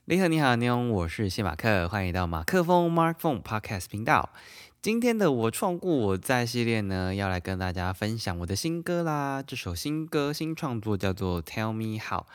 你好，你好，你好，我是谢马克，欢迎到马克风 Mark Phone Podcast 频道。今天的我创故我在系列呢，要来跟大家分享我的新歌啦。这首新歌新创作叫做 Tell Me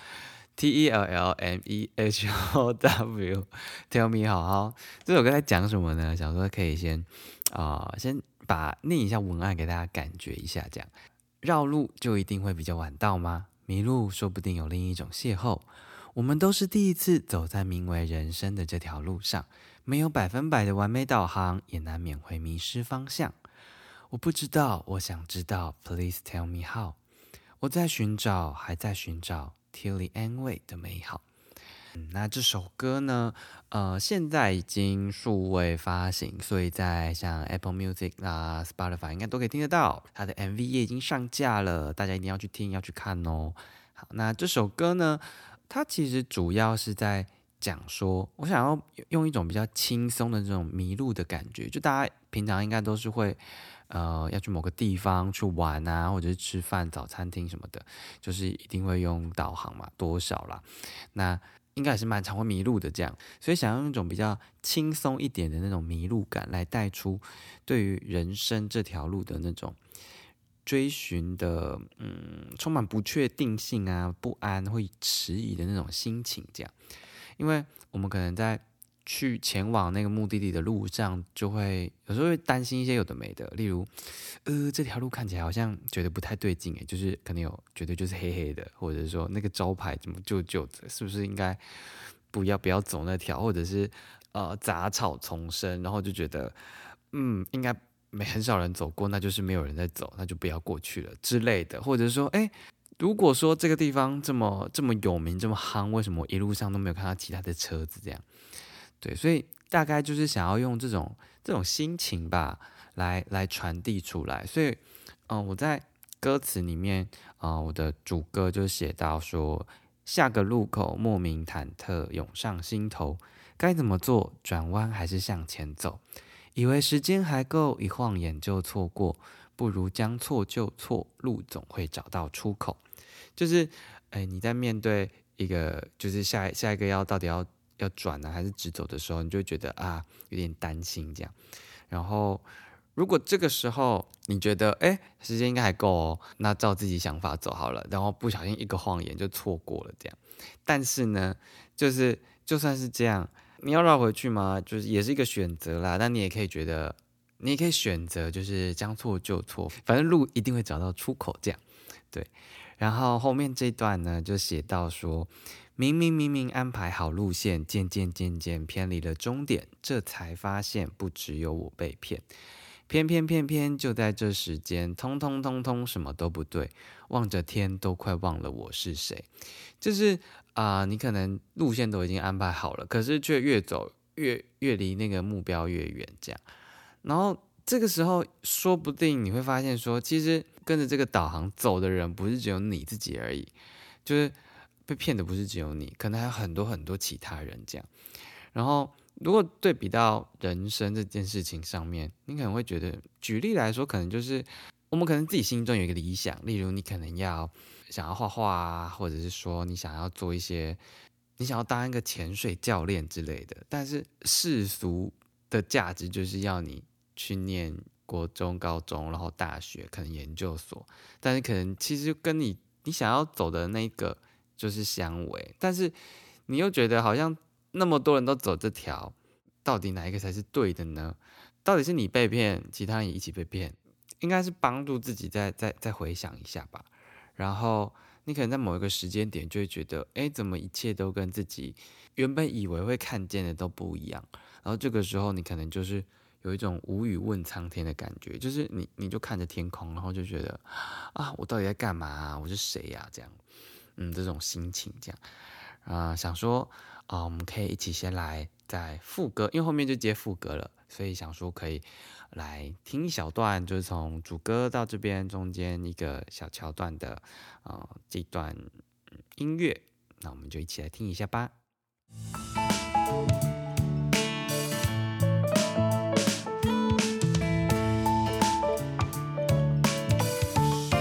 How，Tellmehow，Tell Me How。这首歌在讲什么呢？想说可以先念一下文案给大家感觉一下，这样绕路就一定会比较晚到吗？迷路说不定有另一种邂逅。我们都是第一次走在名为人生的这条路上，没有100%的完美导航，也难免会迷失方向。我不知道，我想知道 ，Please tell me how。我在寻找，还在寻找 till the end way 的美好。那这首歌呢，现在已经数位发行，所以在像 Apple Music 啦、Spotify 应该都可以听得到。它的 MV 也已经上架了，大家一定要去听，要去看哦。好，那这首歌呢？它其实主要是在讲说，我想要用一种比较轻松的这种迷路的感觉，就大家平常应该都是会，要去某个地方去玩啊，或者是吃饭、找餐厅什么的，就是一定会用导航嘛，多少啦，那应该也是蛮常会迷路的这样，所以想要用一种比较轻松一点的那种迷路感，来带出对于人生这条路的那种追寻的，充满不确定性啊、不安、会迟疑的那种心情，这样，因为我们可能在前往那个目的地的路上，就会有时候会担心一些有的没的，例如，这条路看起来好像觉得不太对劲，就是可能觉得就是黑黑的，或者是说那个招牌怎么旧旧的，是不是应该不要走那条，或者是杂草丛生，然后就觉得，应该。很少人走过，那就是没有人在走，那就不要过去了之类的，或者说，如果说这个地方这么有名，这么夯，为什么我一路上都没有看到其他的车子？这样，对，所以大概就是想要用这种心情吧，来传递出来。所以，我在歌词里面，我的主歌就写到说，下个路口莫名忐忑涌上心头，该怎么做？转弯还是向前走？以为时间还够，一晃眼就错过，不如将错就错，路总会找到出口。就是，你在面对一个就是下一个到底要转呢，还是直走的时候，你就会觉得有点担心这样。然后，如果这个时候你觉得时间应该还够哦，那照自己想法走好了，然后不小心一个晃眼就错过了这样。但是呢，就算是这样。你要绕回去吗？就是也是一个选择啦，但你也可以选择就是将错就错，反正路一定会找到出口，这样对。然后后面这段呢，就写到说，明明安排好路线，渐渐偏离了终点，这才发现不只有我被骗，偏就在这时间，通什么都不对，望着天都快忘了我是谁，就是你可能路线都已经安排好了，可是却越走越离那个目标越远，这样。然后这个时候，说不定你会发现说，其实跟着这个导航走的人，不是只有你自己而已，就是被骗的不是只有你，可能还有很多其他人这样。然后，如果对比到人生这件事情上面，你可能会觉得，举例来说，可能就是我们可能自己心中有一个理想，例如你可能想要画画啊，或者是说你想要做一些，你想要当一个潜水教练之类的，但是世俗的价值就是要你去念国中、高中，然后大学，可能研究所，但是可能其实跟你想要走的那个就是相违，但是你又觉得好像那么多人都走这条，到底哪一个才是对的呢？到底是你被骗，其他人也一起被骗？应该是帮助自己再回想一下吧。然后你可能在某一个时间点就会觉得，怎么一切都跟自己原本以为会看见的都不一样。然后这个时候你可能就是有一种无语问苍天的感觉，就是你就看着天空，然后就觉得我到底在干嘛啊？我是谁呀？这样，这种心情这样想说我们可以一起先来在副歌，因为后面就接副歌了，所以想说可以来听一小段，就是从主歌到这边中间一个小桥段的这段音乐，那我们就一起来听一下吧。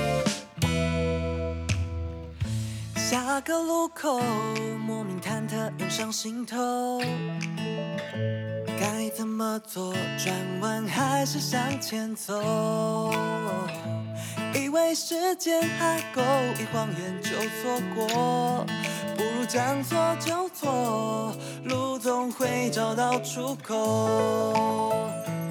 下个路口莫名忐忑涌上心头，该怎么做？转弯还是向前走？以为时间还够，一晃眼就错过，不如将错就错，路总会找到出口。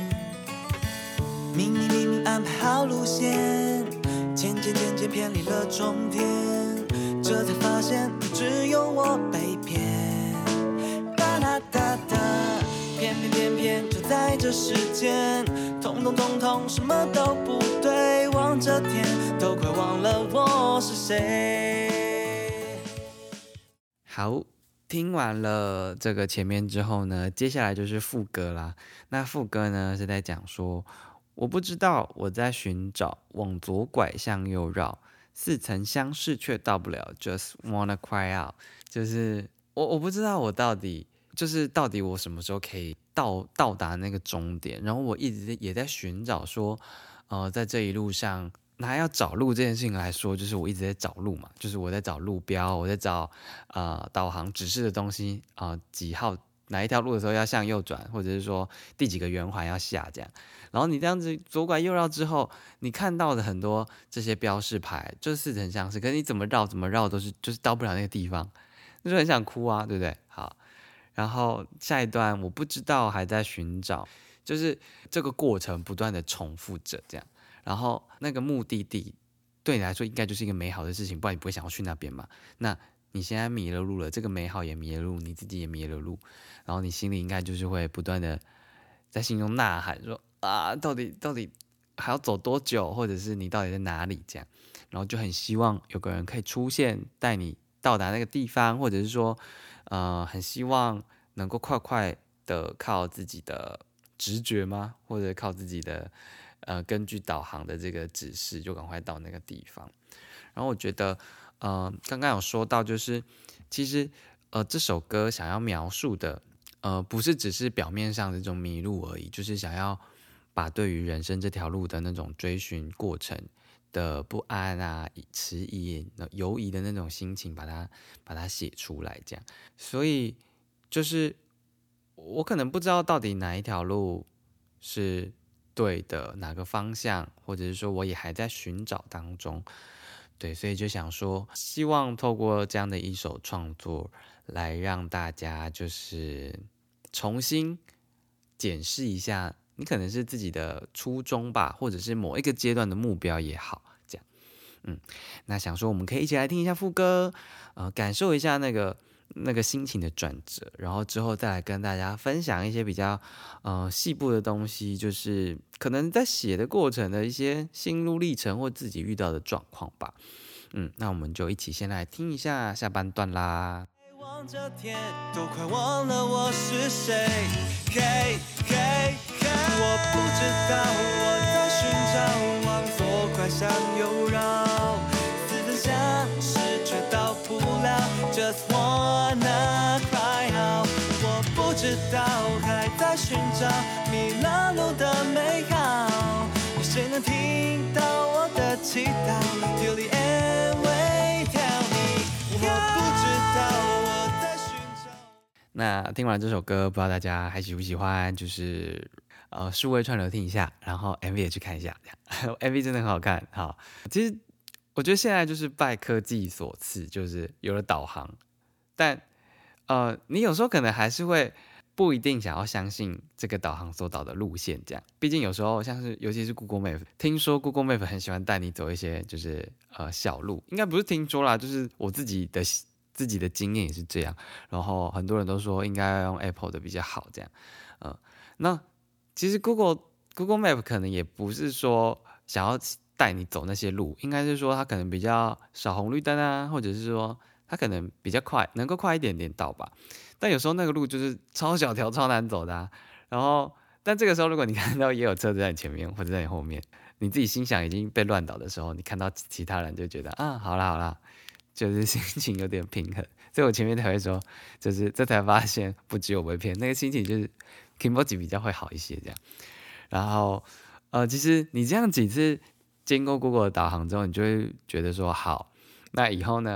明明安排好路线，渐渐偏离了终点，这才发现只有我被骗。哒啦哒哒，偏就在这时间，通什么都不对，望着天都快忘了我是谁。 好，听完了这个前面之后呢，接下来就是副歌啦。那副歌呢是在讲说，我不知道我在寻找，往左拐向右绕，似曾相识却到不了 ，just wanna cry out。就是我不知道我到底我什么时候可以到达那个终点，然后我一直也在寻找说，在这一路上。拿要找路这件事情来说，就是我一直在找路嘛，就是我在找路标，我在找导航指示的东西几号哪一条路的时候要向右转，或者是说第几个圆环要下这样。然后你这样子左拐右绕之后，你看到的很多这些标示牌就是似曾相识，可是你怎么绕都是就是到不了那个地方，那就很想哭啊，对不对？好，然后下一段我不知道还在寻找，就是这个过程不断的重复着这样。然后那个目的地对你来说应该就是一个美好的事情，不然你不会想要去那边嘛。那你现在迷了路了，这个美好也迷了路，你自己也迷了路，然后你心里应该就是会不断的在心中呐喊说啊，到底还要走多久，或者是你到底在哪里这样，然后就很希望有个人可以出现带你到达那个地方，或者是说很希望能够快的靠自己的直觉吗，或者靠自己的根据导航的这个指示就赶快到那个地方。然后我觉得刚刚有说到就是其实这首歌想要描述的不是只是表面上的这种迷路而已，就是想要把对于人生这条路的那种追寻过程的不安啊、迟疑、犹疑的那种心情把它写出来这样。所以就是我可能不知道到底哪一条路是对的，哪个方向，或者是说我也还在寻找当中。对，所以就想说希望透过这样的一首创作来让大家就是重新检视一下你可能是自己的初衷吧，或者是某一个阶段的目标也好这样。那想说我们可以一起来听一下副歌，感受一下那个心情的转折，然后之后再来跟大家分享一些比较细部的东西，就是可能在写的过程的一些心路历程或自己遇到的状况吧。那我们就一起先来听一下下半段啦。 望着天都快忘了我是谁，我不知道我在寻找，往左拐向右绕，似曾相识却到不了 ，Just wanna cry out。我不知道还在寻找，迷了路的美好，有谁能听到我的祈祷 ？Till the end wait tell me， 我不知道我在寻找。 那听完这首歌，不知道大家还喜不喜欢？就是数位串流听一下，然后 MV 也去看一下，MV 真的很好看。好，其实我觉得现在就是拜科技所赐，就是有了导航，但你有时候可能还是会不一定想要相信这个导航所导的路线，这样，毕竟有时候像是尤其是 Google Map， 听说 Google Map 很喜欢带你走一些就是小路，应该不是听说啦，就是我自己的经验也是这样，然后很多人都说应该要用 Apple 的比较好，这样，那其实 Google Map 可能也不是说想要带你走那些路，应该是说它可能比较少红绿灯啊，或者是说它可能比较快，能够快一点点到吧。但有时候那个路就是超小条、超难走的啊。然后，但这个时候如果你看到也有车子在你前面或者在你后面，你自己心想已经被乱倒的时候，你看到其他人就觉得啊，好啦，就是心情有点平衡。所以我前面才会说，就是这才发现不只有我被骗，那个心情就是 Kimoji 比较会好一些这样。然后其实你这样几次经过 Google 的导航之后，你就会觉得说好，那以后呢，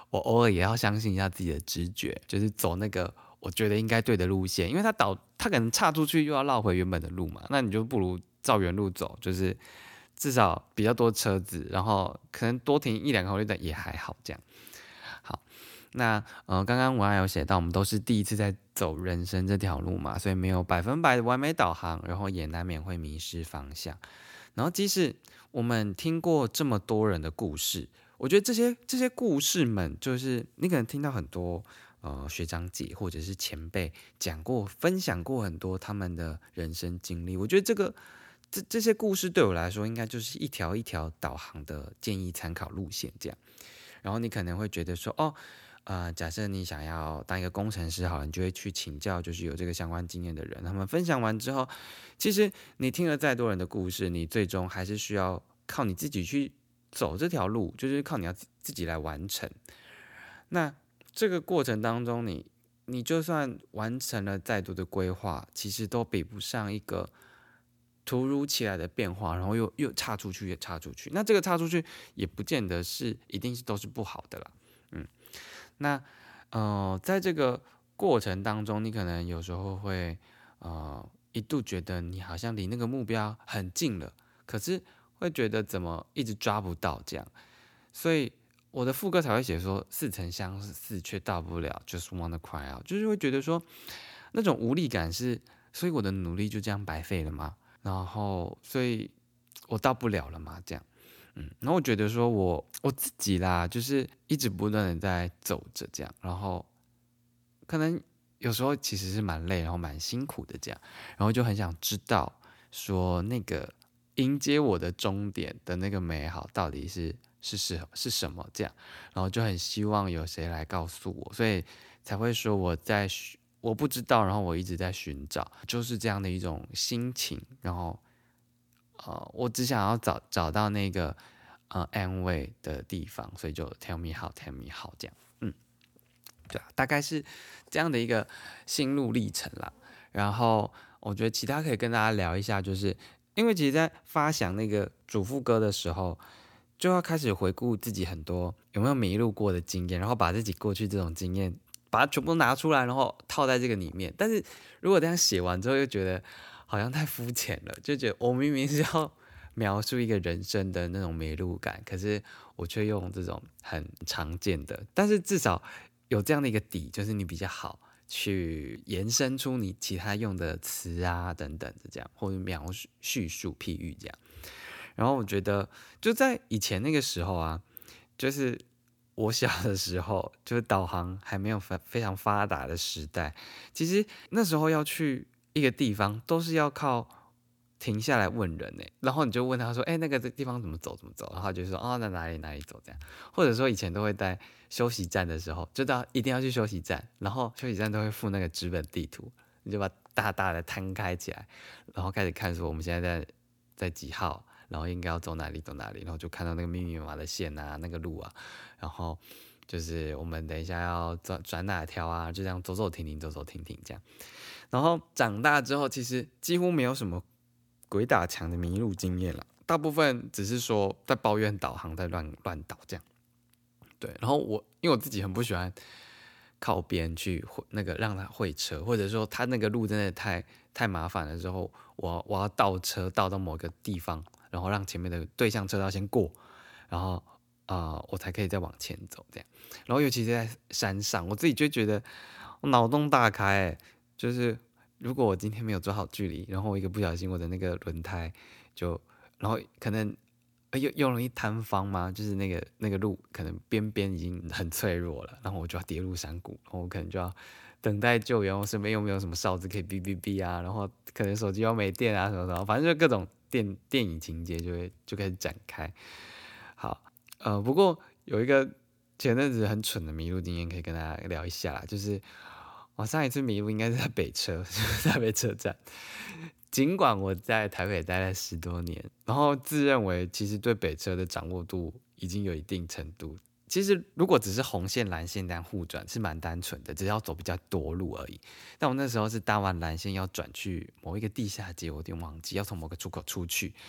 我偶尔也要相信一下自己的直觉，就是走那个我觉得应该对的路线，因为它可能岔出去又要绕回原本的路嘛，那你就不如照原路走，就是至少比较多车子，然后可能多停1-2个红绿灯也还好这样。好，那刚刚文案有写到，我们都是第一次在走人生这条路嘛，所以没有100%的完美导航，然后也难免会迷失方向。然后即使我们听过这么多人的故事，我觉得这些故事们，就是你可能听到很多学长姐或者是前辈讲过、分享过很多他们的人生经历。我觉得这些故事对我来说，应该就是一条一条导航的建议参考路线这样。然后你可能会觉得说，假设你想要当一个工程师好了，你就会去请教就是有这个相关经验的人，他们分享完之后，其实你听了再多人的故事，你最终还是需要靠你自己去走这条路，就是靠你要自己来完成。那这个过程当中，你就算完成了再多的规划，其实都比不上一个突如其来的变化，然后又岔出去，也岔出去。那这个岔出去也不见得一定都是不好的啦。那在这个过程当中，你可能有时候会一度觉得你好像离那个目标很近了，可是会觉得怎么一直抓不到这样，所以我的副歌才会写说似曾相识却到不了 just wanna cry out， 就是会觉得说那种无力感是，所以我的努力就这样白费了吗？然后所以我到不了了吗？这样。然后我觉得说我自己啦，就是一直不断的在走着这样，然后可能有时候其实是蛮累，然后蛮辛苦的这样，然后就很想知道说那个迎接我的终点的那个美好到底是什么这样，然后就很希望有谁来告诉我，所以才会说我不知道，然后我一直在寻找，就是这样的一种心情，然后我只想要找到那个安慰的地方，所以就 tell me how，tell me how 这样，对啊，大概是这样的一个心路历程啦。然后我觉得其他可以跟大家聊一下，就是因为其实在发想那个主副歌的时候，就要开始回顾自己很多有没有迷路过的经验，然后把自己过去这种经验把它全部拿出来，然后套在这个里面。但是如果这样写完之后，又觉得好像太肤浅了，就觉得我明明是要描述一个人生的那种迷路感，可是我却用这种很常见的，但是至少有这样的一个底，就是你比较好去延伸出你其他用的词啊等等的这样，或者描述叙述譬喻这样。然后我觉得就在以前那个时候啊，就是我小的时候，就是导航还没有非常发达的时代，其实那时候要去一个地方都是要靠停下来问人欸，然后你就问他说，那个地方怎么走，然后他就说，那哪里走这样，或者说以前都会在休息站的时候，就一定要去休息站，然后休息站都会附那个纸本地图，你就把大大的摊开起来，然后开始看说我们现在在几号，然后应该要走哪里，然后就看到那个密密麻麻的线啊，那个路啊，然后就是我们等一下要转哪条啊，就这样走走停停这样。然后长大之后，其实几乎没有什么鬼打墙的迷路经验了，大部分只是说在抱怨导航在乱导这样。对，然后因为我自己很不喜欢靠边去那个让他会车，或者说他那个路真的太麻烦了之后，我要倒车倒到某个地方，然后让前面的对向车道先过，然后我才可以再往前走这样。然后尤其是在山上，我自己就觉得我脑洞大开就是如果我今天没有抓好距离，然后我一个不小心我的那个轮胎然后可能又容易塌方嘛，就是那个路可能边边已经很脆弱了，然后我就要跌入山谷，然后我可能就要等待救援，我身边又没有什么哨子可以哔哔哔啊，然后可能手机又没电啊什么，反正就各种电影情节就开始展开。好，不过有一个前阵子很蠢的迷路经验可以跟大家聊一下啦，就是我上一次迷路应该是在北车，就是在北车站。尽管我在台北待了10多年，然后自认为其实对北车的掌握度已经有一定程度。其实如果只是红线蓝线这样互转是蛮单纯的，只要走比较多路而已。但我那时候是搭完蓝线要转去某一个地下街，我有点忘记要从某个出口出去，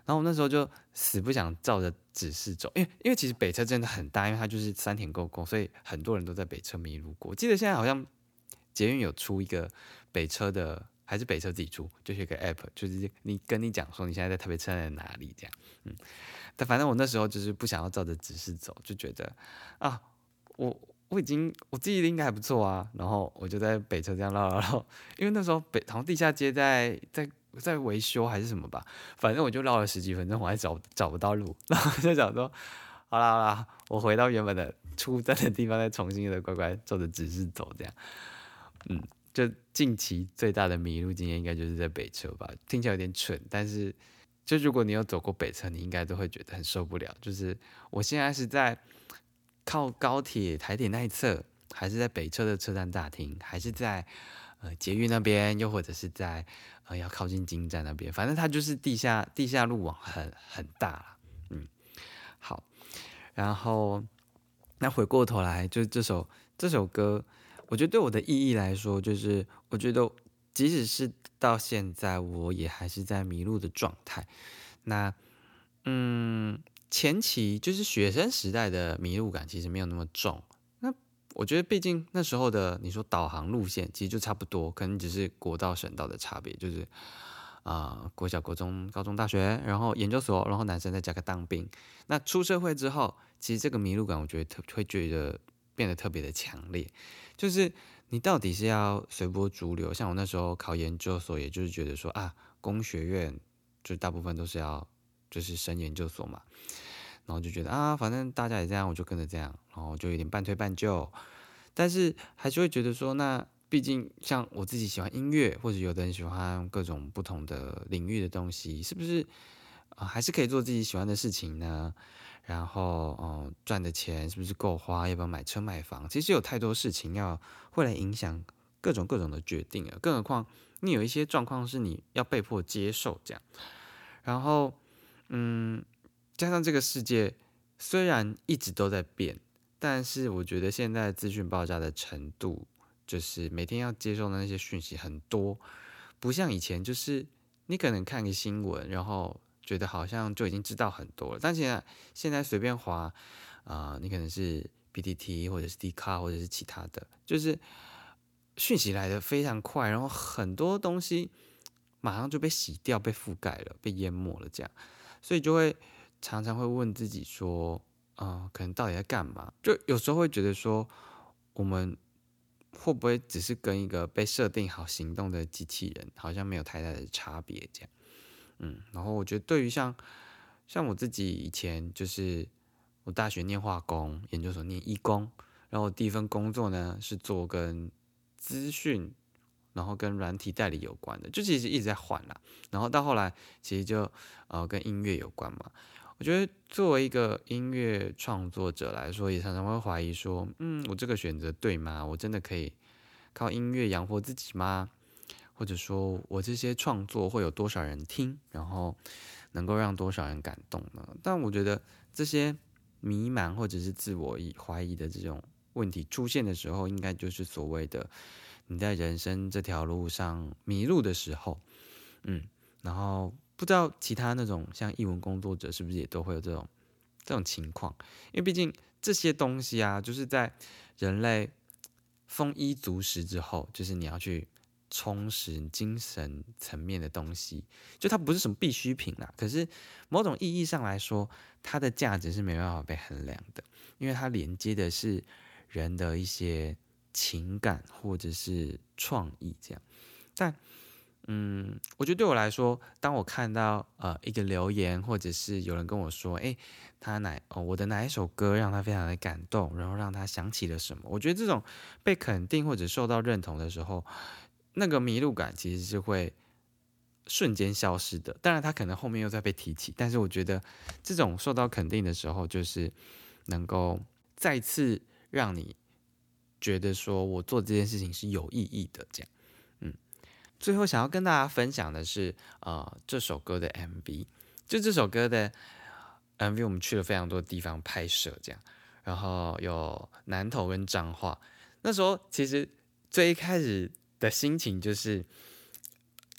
然后我那时候就死不想照着指示走，因为其实北车真的很大，因为它就是山田沟沟，所以很多人都在北车迷路过。我记得现在好像捷运有出一个北车的，还是北车自己出，就是一个 app， 就是跟你讲说你现在在台北车站在哪里这样。但反正我那时候就是不想要照着指示走，就觉得啊，我自己应该还不错啊，然后我就在北车这样绕，因为那时候好像地下街在维修还是什么吧，反正我就绕了10几分钟，我还找不到路，然后我就想说，好啦，我回到原本的出站的地方，再重新的乖乖照着指示走，这样，就近期最大的迷路经验应该就是在北车吧，听起来有点蠢，但是就如果你有走过北车，你应该都会觉得很受不了，就是我现在是在靠高铁台铁那一侧，还是在北车的车站大厅，还是在捷运那边，又或者是在要靠近金站那边，反正它就是地下路网很大啦。好，然后那回过头来，就这首歌，我觉得对我的意义来说，就是我觉得即使是到现在，我也还是在迷路的状态。那前期就是学生时代的迷路感其实没有那么重。那我觉得，毕竟那时候的你说导航路线其实就差不多，可能只是国道、省道的差别，就是国小、国中、高中、大学，然后研究所，然后男生再加个当兵。那出社会之后，其实这个迷路感，我觉得会觉得变得特别的强烈，就是你到底是要随波逐流，像我那时候考研究所，也就是觉得说工学院就大部分都是要就是升研究所嘛。然后就觉得反正大家也这样，我就跟着这样，然后就有点半推半就，但是还是会觉得说，那毕竟像我自己喜欢音乐，或者有的人喜欢各种不同的领域的东西，是不是还是可以做自己喜欢的事情呢？然后赚的钱是不是够花？要不要买车买房？其实有太多事情会来影响各种的决定了，更何况你有一些状况是你要被迫接受这样，然后加上这个世界虽然一直都在变，但是我觉得现在资讯爆炸的程度，就是每天要接受的那些讯息很多，不像以前，就是你可能看个新闻，然后觉得好像就已经知道很多了，但现在随便滑你可能是 PTT 或者是 Dcard 或者是其他的，就是讯息来的非常快，然后很多东西马上就被洗掉、被覆盖了、被淹没了，这样，所以就会常常会问自己说，可能到底在干嘛？就有时候会觉得说，我们会不会只是跟一个被设定好行动的机器人，好像没有太大的差别这样。然后我觉得对于像我自己以前就是我大学念化工，研究所念医工，然后我第一份工作呢是做跟资讯，然后跟软体代理有关的，就其实一直在换啦。然后到后来其实就跟音乐有关嘛。我觉得作为一个音乐创作者来说，也常常会怀疑说，我这个选择对吗？我真的可以靠音乐养活自己吗？或者说我这些创作会有多少人听，然后能够让多少人感动呢？但我觉得这些迷茫或者是自我怀疑的这种问题出现的时候，应该就是所谓的你在人生这条路上迷路的时候，然后不知道其他那种像艺文工作者是不是也都会有这种情况？因为毕竟这些东西啊，就是在人类丰衣足食之后，就是你要去充实精神层面的东西，就它不是什么必需品啦。可是某种意义上来说，它的价值是没办法被衡量的，因为它连接的是人的一些情感或者是创意这样。但我觉得对我来说，当我看到一个留言，或者是有人跟我说，我的哪一首歌让他非常的感动，然后让他想起了什么，我觉得这种被肯定或者受到认同的时候，那个迷路感其实是会瞬间消失的。当然，他可能后面又再被提起，但是我觉得这种受到肯定的时候，就是能够再次让你觉得说我做这件事情是有意义的，这样。最后想要跟大家分享的是，这首歌的 MV。就这首歌的 MV，我们去了非常多地方拍摄，这样，然后有南投跟彰化。那时候其实最一开始的心情就是，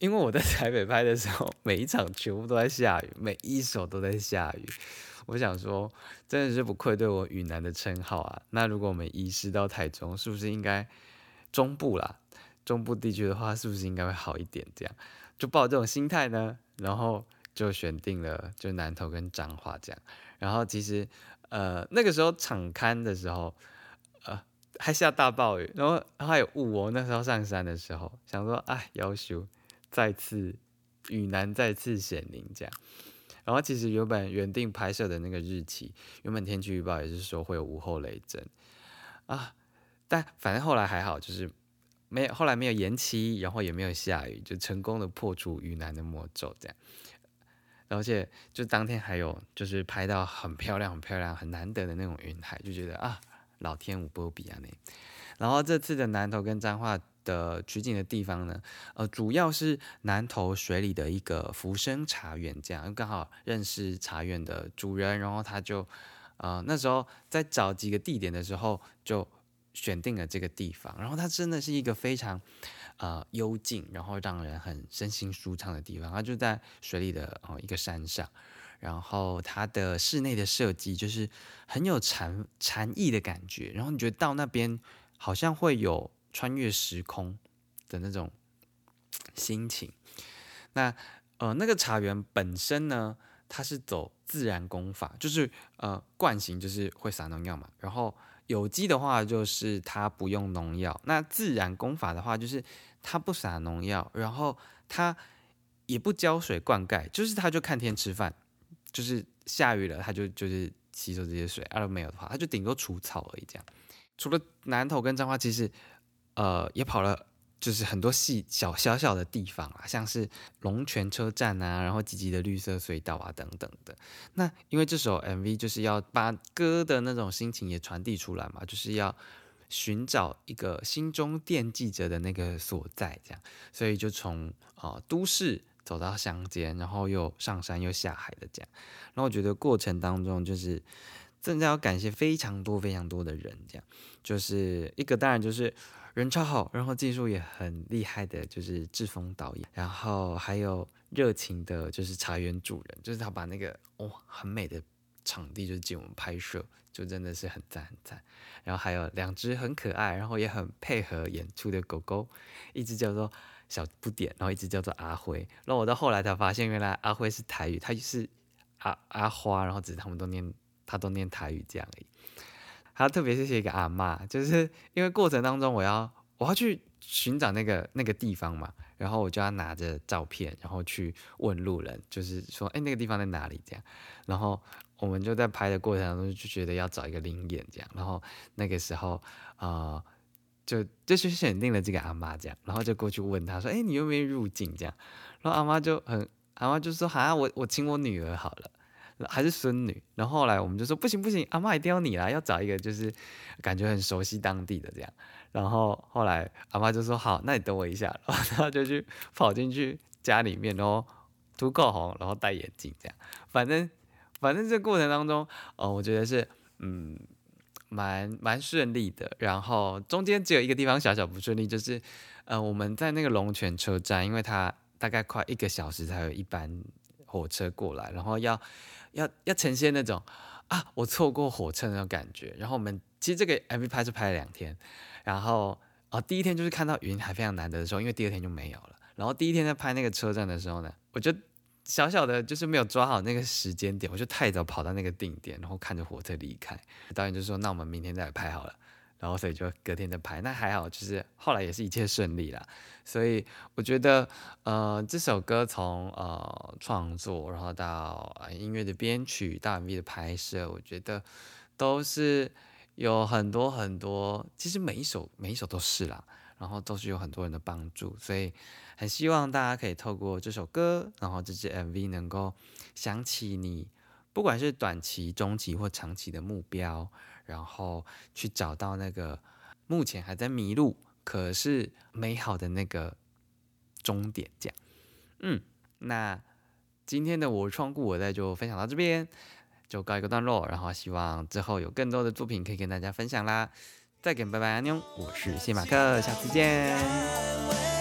因为我在台北拍的时候，每一场全部都在下雨，每一首都在下雨。我想说，真的是不愧对我雨男的称号啊。那如果我们移师到台中，是不是应该中部啦？中部地区的话，是不是应该会好一点？这样就抱这种心态呢，然后就选定了就南投跟彰化这样。然后其实那个时候场勘的时候，还下大暴雨，然后还有雾哦。那时候上山的时候，想说哎，要求再次雨男再次显灵这样。然后其实原定拍摄的那个日期，原本天气预报也是说会有午后雷阵啊，但反正后来还好，就是后来没有延期，然后也没有下雨，就成功的破除雨男的魔咒这样。而且就当天还有就是拍到很漂亮、很漂亮、很难得的那种云海，就觉得啊，老天无波比啊那。然后这次的南投跟彰化的取景的地方呢，主要是南投水里的一个福生茶园，这样刚好认识茶园的主人，然后他就那时候在找几个地点的时候就选定了这个地方，然后它真的是一个非常幽静，然后让人很身心舒畅的地方，它就在水里的一个山上。然后它的室内的设计就是很有禅意的感觉，然后你觉得到那边好像会有穿越时空的那种心情。那那个茶园本身呢，它是走自然工法，就是惯行就是会撒农药嘛，然后有机的话就是它不用农药，那自然工法的话就是它不撒农药，然后它也不浇水灌溉，就是它就看天吃饭，就是下雨了它就是吸收这些水，都没有的话它就顶多除草而已这样。除了南投跟彰化，其实也跑了就是很多小小的地方啦，像是龙泉车站啊，然后集集的绿色隧道啊等等的。那因为这首 MV 就是要把歌的那种心情也传递出来嘛，就是要寻找一个心中惦记着的那个所在，这样，所以就从都市走到乡间，然后又上山又下海的这样。然后我觉得过程当中就是真的要感谢非常多的人，这样就是一个当然就是人超好，然后技术也很厉害的，就是志峰导演，然后还有热情的，就是茶园主人，就是他把那个很美的场地就是借我们拍摄，就真的是很赞很赞。然后还有2只很可爱，然后也很配合演出的狗狗，一只叫做小不点，然后一只叫做阿辉。然后我到后来才发现，原来阿辉是台语，他就是阿花，然后只是他都念台语这样而已。还要特别谢谢一个阿嬷，就是因为过程当中我要去寻找那个地方嘛，然后我就要拿着照片，然后去问路人，就是说，那个地方在哪里这样。然后我们就在拍的过程当中就觉得要找一个灵眼这样，然后那个时候就是选定了这个阿嬷这样，然后就过去问他说，你愿不愿意入境这样。然后阿嬷就说，我请我女儿好了。还是孙女，然后后来我们就说不行，阿嬷一定要你啦，要找一个就是感觉很熟悉当地的这样。然后后来阿嬷就说好，那你等我一下，然后他就去跑进去家里面，然后涂口红，然后戴眼镜这样。反正这过程当中，我觉得是蛮顺利的。然后中间只有一个地方小不顺利，就是我们在那个龙泉车站，因为它大概快1个小时才有一班火车过来，然后要呈现那种我错过火车那种感觉。然后我们其实这个 MV 拍了2天，然后第一天就是看到云海非常难得的时候，因为第2天就没有了。然后第1天在拍那个车站的时候呢，我就小的就是没有抓好那个时间点，我就太早跑到那个定点，然后看着火车离开。导演就说那我们明天再来拍好了，然后所以就隔天再拍。那还好，就是后来也是一切顺利啦。所以我觉得这首歌从创作，然后到音乐的编曲，到 MV 的拍摄，我觉得都是有很多，其实每一首都是啦，然后都是有很多人的帮助。所以很希望大家可以透过这首歌，然后这支 MV 能够想起你不管是短期、中期或长期的目标，然后去找到那个目前还在迷路可是美好的那个终点这样。那今天的我创故我在就分享到这边，就告一个段落。然后希望之后有更多的作品可以跟大家分享啦。再见，拜拜，安妞，我是谢马克，下次见。